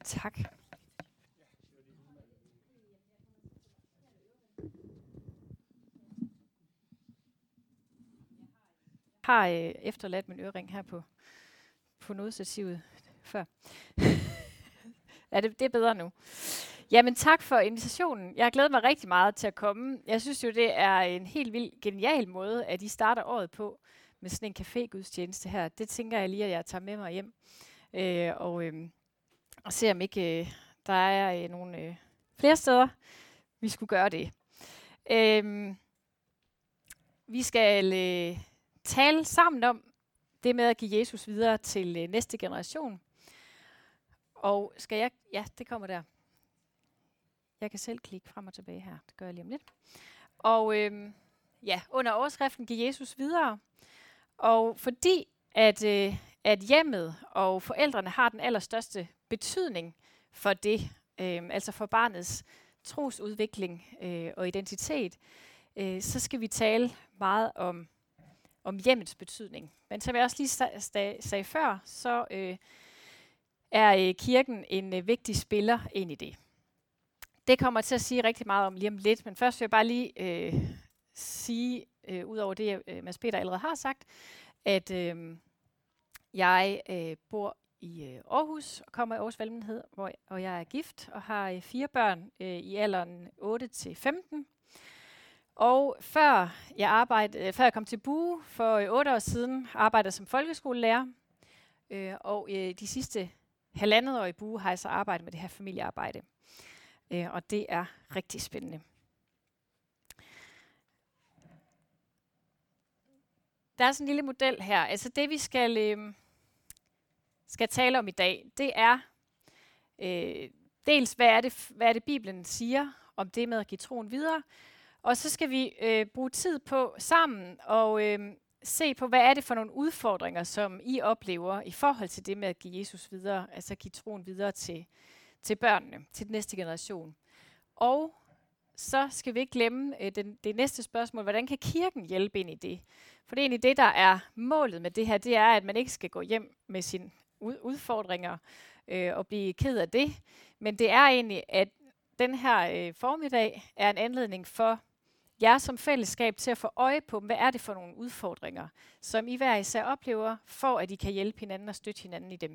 Tak. Jeg har efterladt min ørering her på nodestativet før. Ja, det er bedre nu. Jamen tak for invitationen. Jeg har glædet mig rigtig meget til at komme. Jeg synes jo, det er en helt vild genial måde, at I starter året på med sådan en café-gudstjeneste her. Det tænker jeg lige, at jeg tager med mig hjem. Og se om ikke der er nogle flere steder, vi skulle gøre det. Vi skal tale sammen om det med at give Jesus videre til næste generation. Og skal jeg... Ja, det kommer der. Jeg kan selv klikke frem og tilbage her. Det gør jeg lige om lidt. Og under overskriften Giv Jesus videre. Og fordi at hjemmet og forældrene har den allerstørste betydning for det, altså for barnets trosudvikling og identitet, så skal vi tale meget om hjemmets betydning. Men som jeg også lige sagde før, så er kirken en vigtig spiller ind i det. Det kommer jeg til at sige rigtig meget om lige om lidt, men først vil jeg bare lige sige, ud over det, Mads Peter allerede har sagt, at jeg bor i Aarhus og kommer i Aarhus Valgmenighed, og jeg er gift og har 4 børn i alderen 8-15. Og før jeg kom til Bue for 8 år siden, arbejdede jeg som folkeskolelærer, og de sidste 1,5 år i Bue har jeg så arbejdet med det her familiearbejde. Og det er rigtig spændende. Der er sådan en lille model her. Altså det vi skal tale om i dag, det er dels hvad er det Bibelen siger om det med at give troen videre, og så skal vi bruge tid på sammen og se på, hvad er det for nogle udfordringer, som I oplever i forhold til det med at give Jesus videre, altså give troen videre til børnene, til den næste generation. Og så skal vi ikke glemme det næste spørgsmål, hvordan kan kirken hjælpe ind i det? For det er egentlig det, der er målet med det her, det er, at man ikke skal gå hjem med sine udfordringer og blive ked af det. Men det er egentlig, at den her formiddag er en anledning for jer som fællesskab til at få øje på, hvad er det for nogle udfordringer, som I hver især oplever, for at I kan hjælpe hinanden og støtte hinanden i dem.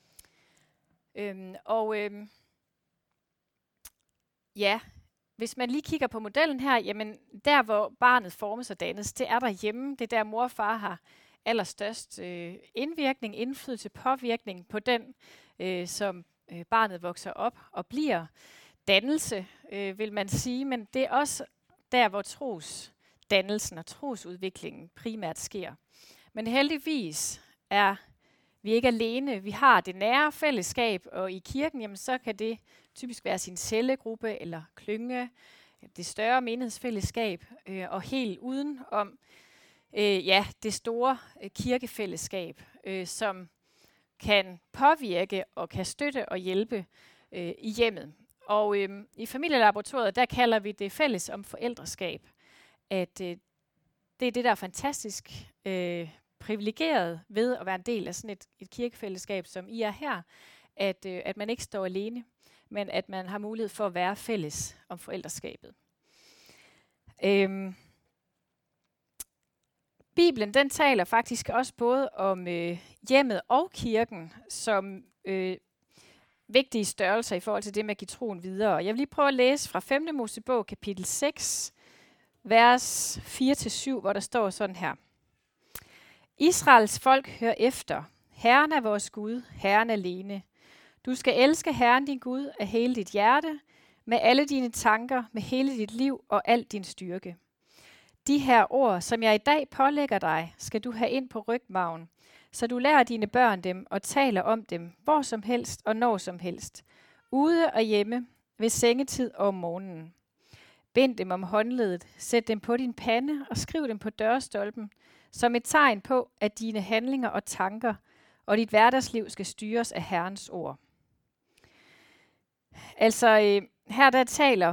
Hvis man lige kigger på modellen her, jamen der hvor barnet formes og dannes, det er derhjemme. Det er der mor og far har allerstørst indvirkning, indflydelse, påvirkning på den, som barnet vokser op og bliver. Dannelse, vil man sige, men det er også der, hvor trosdannelsen og trosudviklingen primært sker. Men heldigvis er vi ikke alene. Vi har det nære fællesskab, og i kirken, jamen, så kan det typisk være sin cellegruppe eller klynge, det større menighedsfællesskab, og helt uden om det store kirkefællesskab, som kan påvirke og kan støtte og hjælpe i hjemmet. Og i familielaboratoriet, der kalder vi det fælles om forældreskab. At det er det, der er fantastisk privilegeret ved at være en del af sådan et kirkefællesskab, som I er her, at man ikke står alene, men at man har mulighed for at være fælles om forældreskabet. Bibelen, den taler faktisk også både om hjemmet og kirken som vigtige størrelser i forhold til det med at give troen videre. Jeg vil lige prøve at læse fra 5. Mosebog, kapitel 6, vers 4-7, hvor der står sådan her. Israels folk, hør efter. Herren er vores Gud, Herren alene. Du skal elske Herren din Gud af hele dit hjerte, med alle dine tanker, med hele dit liv og al din styrke. De her ord, som jeg i dag pålægger dig, skal du have ind på rygmarven, så du lærer dine børn dem og taler om dem, hvor som helst og når som helst, ude og hjemme, ved sengetid og om morgenen. Bind dem om håndledet, sæt dem på din pande og skriv dem på dørstolpen, som et tegn på, at dine handlinger og tanker og dit hverdagsliv skal styres af Herrens ord. Altså, her der taler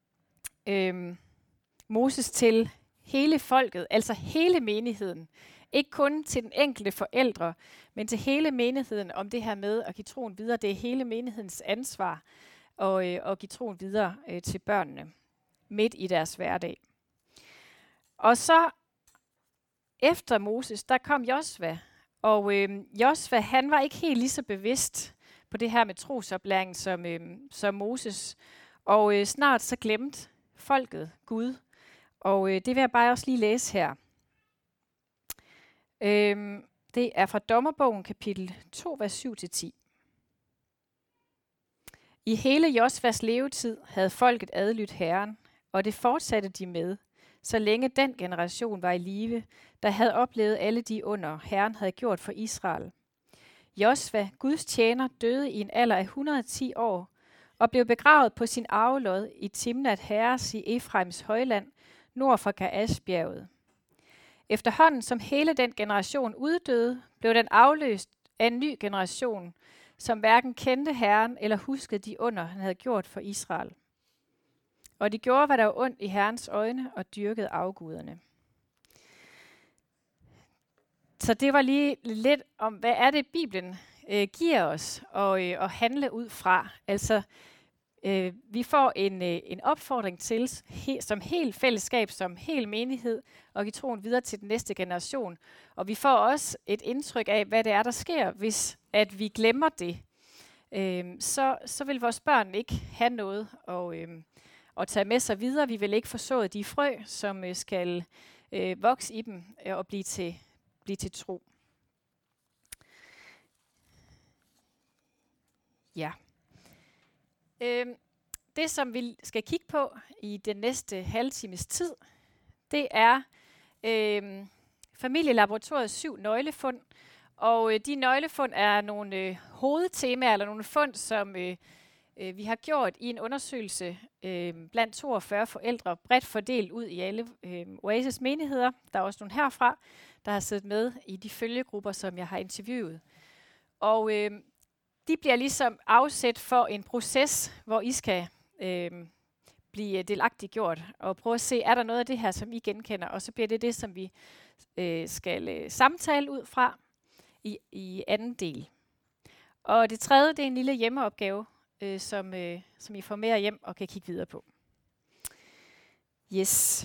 Moses til hele folket, altså hele menigheden, Ikke kun til den enkelte forældre, men til hele menigheden om det her med at give troen videre. Det er hele menighedens ansvar at give troen videre til børnene midt i deres hverdag. Og så efter Moses, der kom Josva. Og Josva, han var ikke helt lige så bevidst på det her med trosoplæring som Moses. Og snart så glemte folket Gud. Og det vil jeg bare også lige læse her. Det er fra Dommerbogen kapitel 2, vers 7-10. I hele Josvas levetid havde folket adlydt Herren, og det fortsatte de med, så længe den generation var i live, der havde oplevet alle de under, Herren havde gjort for Israel. Josva, Guds tjener, døde i en alder af 110 år, og blev begravet på sin arvelod i Timnat Heres i Efraims højland, nord for Gaasbjerget. Efterhånden som hele den generation uddøde, blev den afløst af en ny generation, som hverken kendte Herren eller huskede de under, han havde gjort for Israel. Og de gjorde, hvad der var ondt i Herrens øjne, og dyrkede afguderne. Så det var lige lidt om, hvad er det, Bibelen giver os at handle ud fra. Altså, vi får en opfordring til, som helt fællesskab, som helt menighed, at give troen videre til den næste generation. Og vi får også et indtryk af, hvad det er, der sker, hvis at vi glemmer det. Så vil vores børn ikke have noget at tage med sig videre. Vi vil ikke forså de frø, som skal vokse i dem og blive til tro. Ja. Det, som vi skal kigge på i den næste halve times tid, det er Familielaboratoriets 7 nøglefund. Og de nøglefund er nogle hovedtemaer, eller nogle fund, som vi har gjort i en undersøgelse blandt 42 forældre, bredt fordelt ud i alle Oasis menigheder. Der er også nogle herfra, der har siddet med i de følgegrupper, som jeg har interviewet. Og de bliver ligesom afsæt for en proces, hvor I skal blive delagtiggjort og prøve at se, er der noget af det her, som I genkender, og så bliver det, som vi skal samtale ud fra i anden del. Og det tredje, det er en lille hjemmeopgave, som I får med hjem og kan kigge videre på. Yes.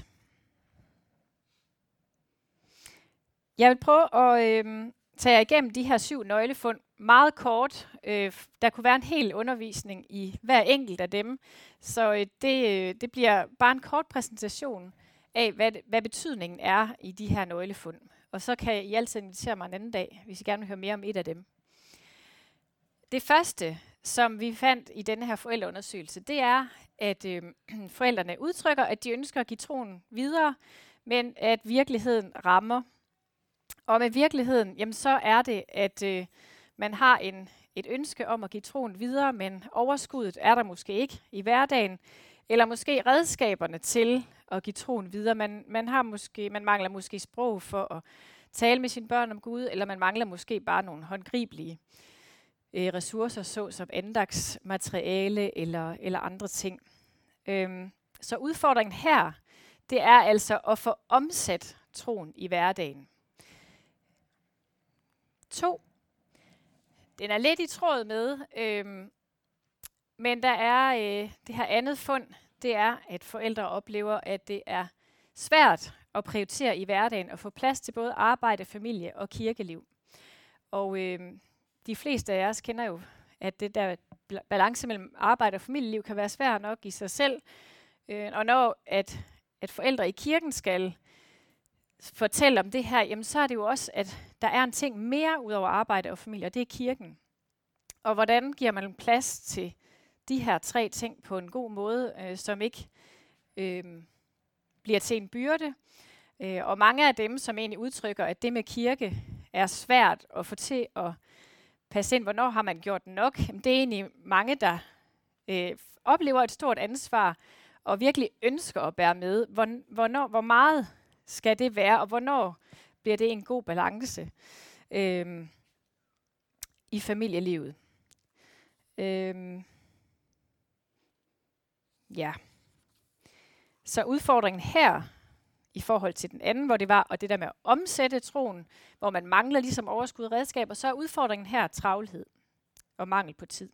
Jeg vil prøve at tage jer igennem de her 7 nøglefund meget kort. Der kunne være en hel undervisning i hver enkelt af dem, så det bliver bare en kort præsentation af, hvad betydningen er i de her nøglefund. Og så kan I altid invitere mig en anden dag, hvis I gerne vil høre mere om et af dem. Det første, som vi fandt i denne her forældreundersøgelse, det er, at forældrene udtrykker, at de ønsker at give troen videre, men at virkeligheden rammer. Og med virkeligheden, jamen så er det, at man har et ønske om at give troen videre, men overskuddet er der måske ikke i hverdagen, eller måske redskaberne til at give troen videre. Man mangler måske sprog for at tale med sine børn om Gud, eller man mangler måske bare nogle håndgribelige ressourcer, såsom andagsmateriale eller andre ting. Så udfordringen her, det er altså at få omsat troen i hverdagen. 2. Den er lidt i tråd med, men der er det her andet fund, det er, at forældre oplever, at det er svært at prioritere i hverdagen og få plads til både arbejde, familie og kirkeliv. Og de fleste af os kender jo, at det der balance mellem arbejde og familieliv kan være svært nok i sig selv. Og når at forældre i kirken skal fortælle om det her, jamen så er det jo også, at der er en ting mere ud over arbejde og familie, og det er kirken. Og hvordan giver man plads til de her 3 ting på en god måde, som ikke bliver til en byrde. Og mange af dem, som egentlig udtrykker, at det med kirke er svært at få til at passe ind, hvornår har man gjort nok, jamen, det er egentlig mange, der oplever et stort ansvar og virkelig ønsker at bære med. Hvor meget skal det være, og hvornår bliver det en god balance i familielivet? Ja. Så udfordringen her i forhold til den anden, hvor det var, og det der med at omsætte troen, hvor man mangler ligesom overskud og redskaber, så er udfordringen her travlhed og mangel på tid.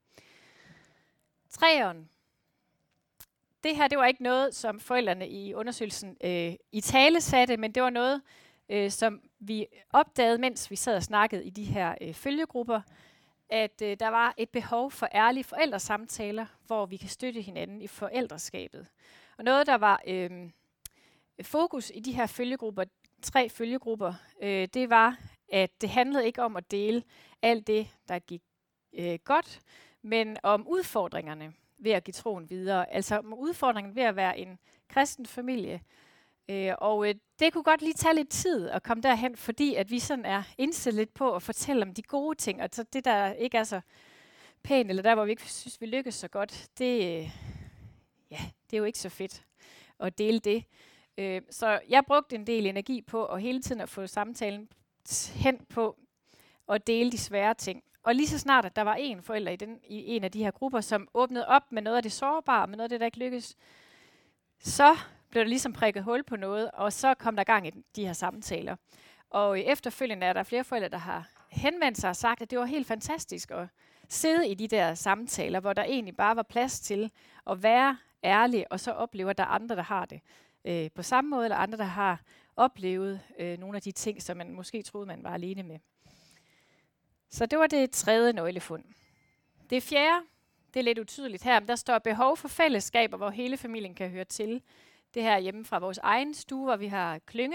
3'eren. Det her, det var ikke noget, som forældrene i undersøgelsen i tale satte, men det var noget, som vi opdagede, mens vi sad og snakkede i de her følgegrupper, at der var et behov for ærlige forældresamtaler, hvor vi kan støtte hinanden i forældreskabet. Og noget, der var fokus i de her følgegrupper, 3 følgegrupper, det var, at det handlede ikke om at dele alt det, der gik godt, men om udfordringerne ved at give troen videre. Altså om udfordringen ved at være en kristen familie. Det kunne godt lige tage lidt tid at komme derhen, fordi at vi sådan er indstillet lidt på at fortælle om de gode ting, og så det, der ikke er så pænt, eller der, hvor vi ikke synes, vi lykkes så godt, det er jo ikke så fedt at dele det. Så jeg brugte en del energi på at hele tiden at få samtalen hen på at dele de svære ting. Og lige så snart, at der var en forælder i en af de her grupper, som åbnede op med noget af det sårbare, med noget af det, der ikke lykkedes, så blev der ligesom prikket hul på noget, og så kom der gang i de her samtaler. Og efterfølgende er der flere forældre, der har henvendt sig og sagt, at det var helt fantastisk at sidde i de der samtaler, hvor der egentlig bare var plads til at være ærlig, og så oplever, at der er andre, der har det på samme måde, eller andre, der har oplevet nogle af de ting, som man måske troede, man var alene med. Så det var det 3. nøglefund. Det 4. det er lidt utydeligt her, men der står behov for fællesskaber, hvor hele familien kan høre til. Det her hjemme fra vores egen stue, hvor vi har klynge.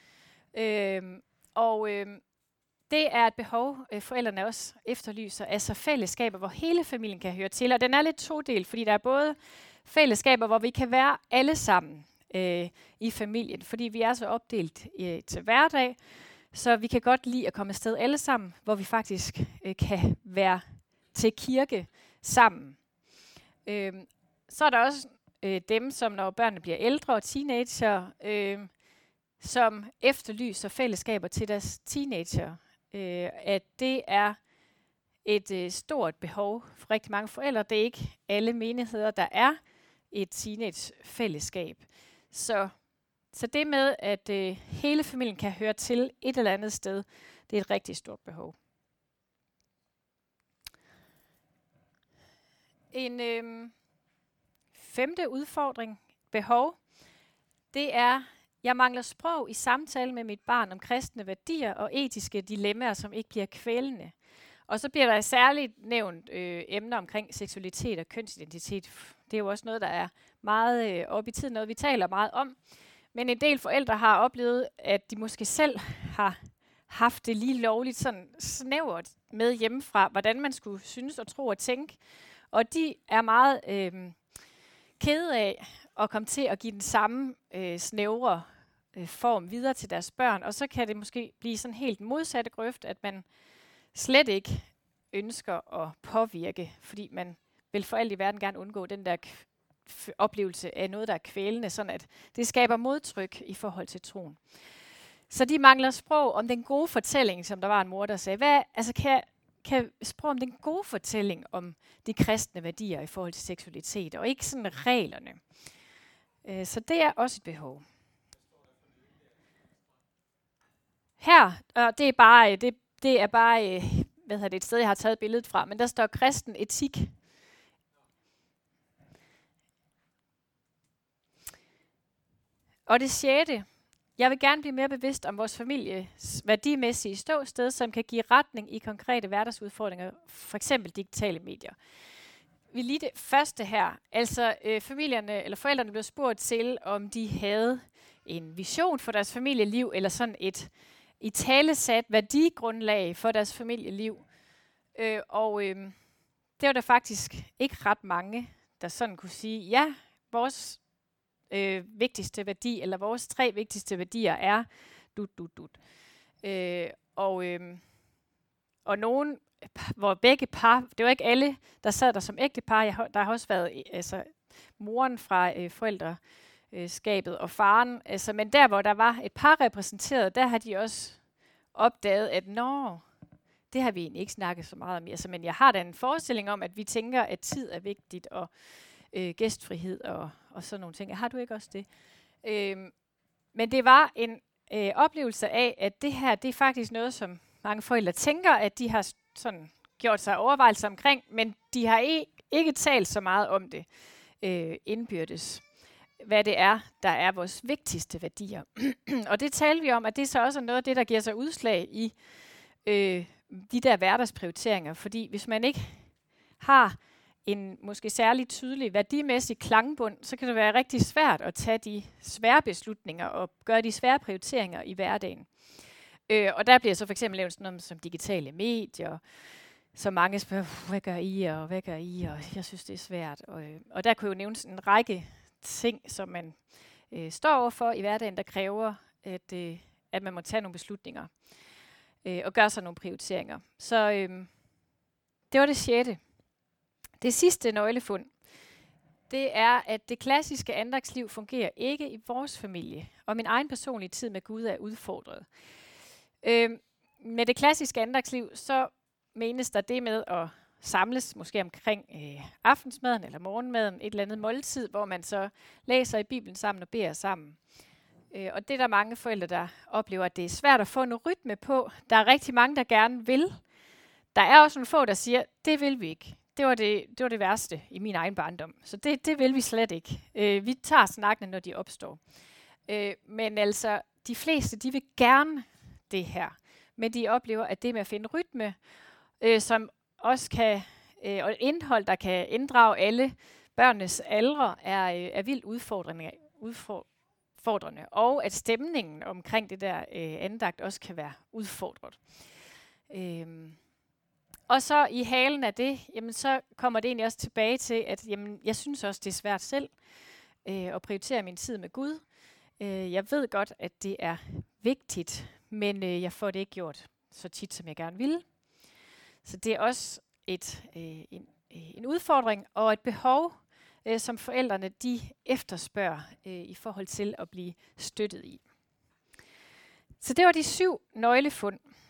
Det er et behov, forældrene også efterlyser, altså fællesskaber, hvor hele familien kan høre til. Og den er lidt todelt, fordi der er både fællesskaber, hvor vi kan være alle sammen i familien, fordi vi er så opdelt til hverdag, så vi kan godt lide at komme afsted alle sammen, hvor vi faktisk kan være til kirke sammen. Så er der også dem, som når børnene bliver ældre og teenager, som efterlyser fællesskaber til deres teenager. At det er et stort behov for rigtig mange forældre. Det er ikke alle menigheder, der er et teenage-fællesskab. Så det med, at hele familien kan høre til et eller andet sted, det er et rigtig stort behov. En 5. udfordring, behov, det er, jeg mangler sprog i samtale med mit barn om kristne værdier og etiske dilemmaer, som ikke bliver kvælende. Og så bliver der særligt nævnt emner omkring seksualitet og kønsidentitet. Det er jo også noget, der er meget op i tiden, noget vi taler meget om. Men en del forældre har oplevet, at de måske selv har haft det lige lovligt sådan snævert med hjemmefra, hvordan man skulle synes og tro og tænke. Og de er meget kede af at komme til at give den samme snævre form videre til deres børn. Og så kan det måske blive sådan helt modsatte grøft, at man slet ikke ønsker at påvirke, fordi man vil for alt i verden gerne undgå den der oplevelse af noget, der er kvælende, sådan at det skaber modtryk i forhold til troen. Så de mangler sprog om den gode fortælling, som der var en mor, der sagde, kan sprog om den gode fortælling om de kristne værdier i forhold til seksualitet, og ikke sådan reglerne. Så det er også et behov. Her, og det er bare et sted, jeg har taget billedet fra, men der står kristen etik. Og det 6. Jeg vil gerne blive mere bevidst om vores families værdimæssige ståsted, som kan give retning i konkrete hverdagsudfordringer, f.eks. digitale medier. Vi lige det første her, altså familierne eller forældrene blev spurgt til, om de havde en vision for deres familieliv, eller sådan et italesat værdigrundlag for deres familieliv. Det var der faktisk ikke ret mange, der sådan kunne sige, ja, vores vigtigste værdi, eller vores 3 vigtigste værdier er og nogen, hvor begge par, det var ikke alle, der sad der som ægtepar, der har også været moren fra forældreskabet og faren, men der, hvor der var et par repræsenteret, der har de også opdaget, at det har vi egentlig ikke snakket så meget om. Men jeg har da en forestilling om, at vi tænker, at tid er vigtigt, og gæstfrihed og sådan nogle ting. Har du ikke også det? Men det var en oplevelse af, at det her, det er faktisk noget, som mange forældre tænker, at de har sådan gjort sig overvejelser omkring, men de har ikke talt så meget om det indbyrdes. Hvad det er, der er vores vigtigste værdier. Og det taler vi om, at det så også er noget af det, der giver sig udslag i de der hverdagsprioriteringer. Fordi hvis man ikke har en måske særlig tydelig værdimæssig klangbund, så kan det være rigtig svært at tage de svære beslutninger og gøre de svære prioriteringer i hverdagen. Og der bliver så for eksempel lavet sådan noget som digitale medier, så mange spørger, hvad gør I, og hvad gør I, og jeg synes, det er svært. Og der kunne jo nævnes en række ting, som man står overfor i hverdagen, der kræver, at man må tage nogle beslutninger og gøre sig nogle prioriteringer. Så det var det 6. Det sidste nøglefund, det er, at det klassiske andagtsliv fungerer ikke i vores familie, og min egen personlige tid med Gud er udfordret. Med det klassiske andagtsliv, så menes der det med at samles måske omkring aftensmaden eller morgenmaden, et eller andet måltid, hvor man så læser i Bibelen sammen og beder sammen. Og det er der mange forældre, der oplever, at det er svært at få en rytme på. Der er rigtig mange, der gerne vil. Der er også nogle få, der siger, det vil vi ikke. Det var det værste i min egen barndom. Så det vil vi slet ikke. Vi tager snakkene, når de opstår. Men altså, de fleste, de vil gerne det her. Men de oplever, at det med at finde rytme, som også kan, og indhold, der kan inddrage alle børnenes aldre, er vildt udfordrende. Og at stemningen omkring det der andagt også kan være udfordret. Og så i halen af det, jamen, så kommer det egentlig også tilbage til, at jamen, jeg synes også, det er svært selv at prioritere min tid med Gud. Jeg ved godt, at det er vigtigt, men jeg får det ikke gjort så tit, som jeg gerne ville. Så det er også en udfordring og et behov, som forældrene de efterspørger i forhold til at blive støttet i. Så det var de 7 nøglefund.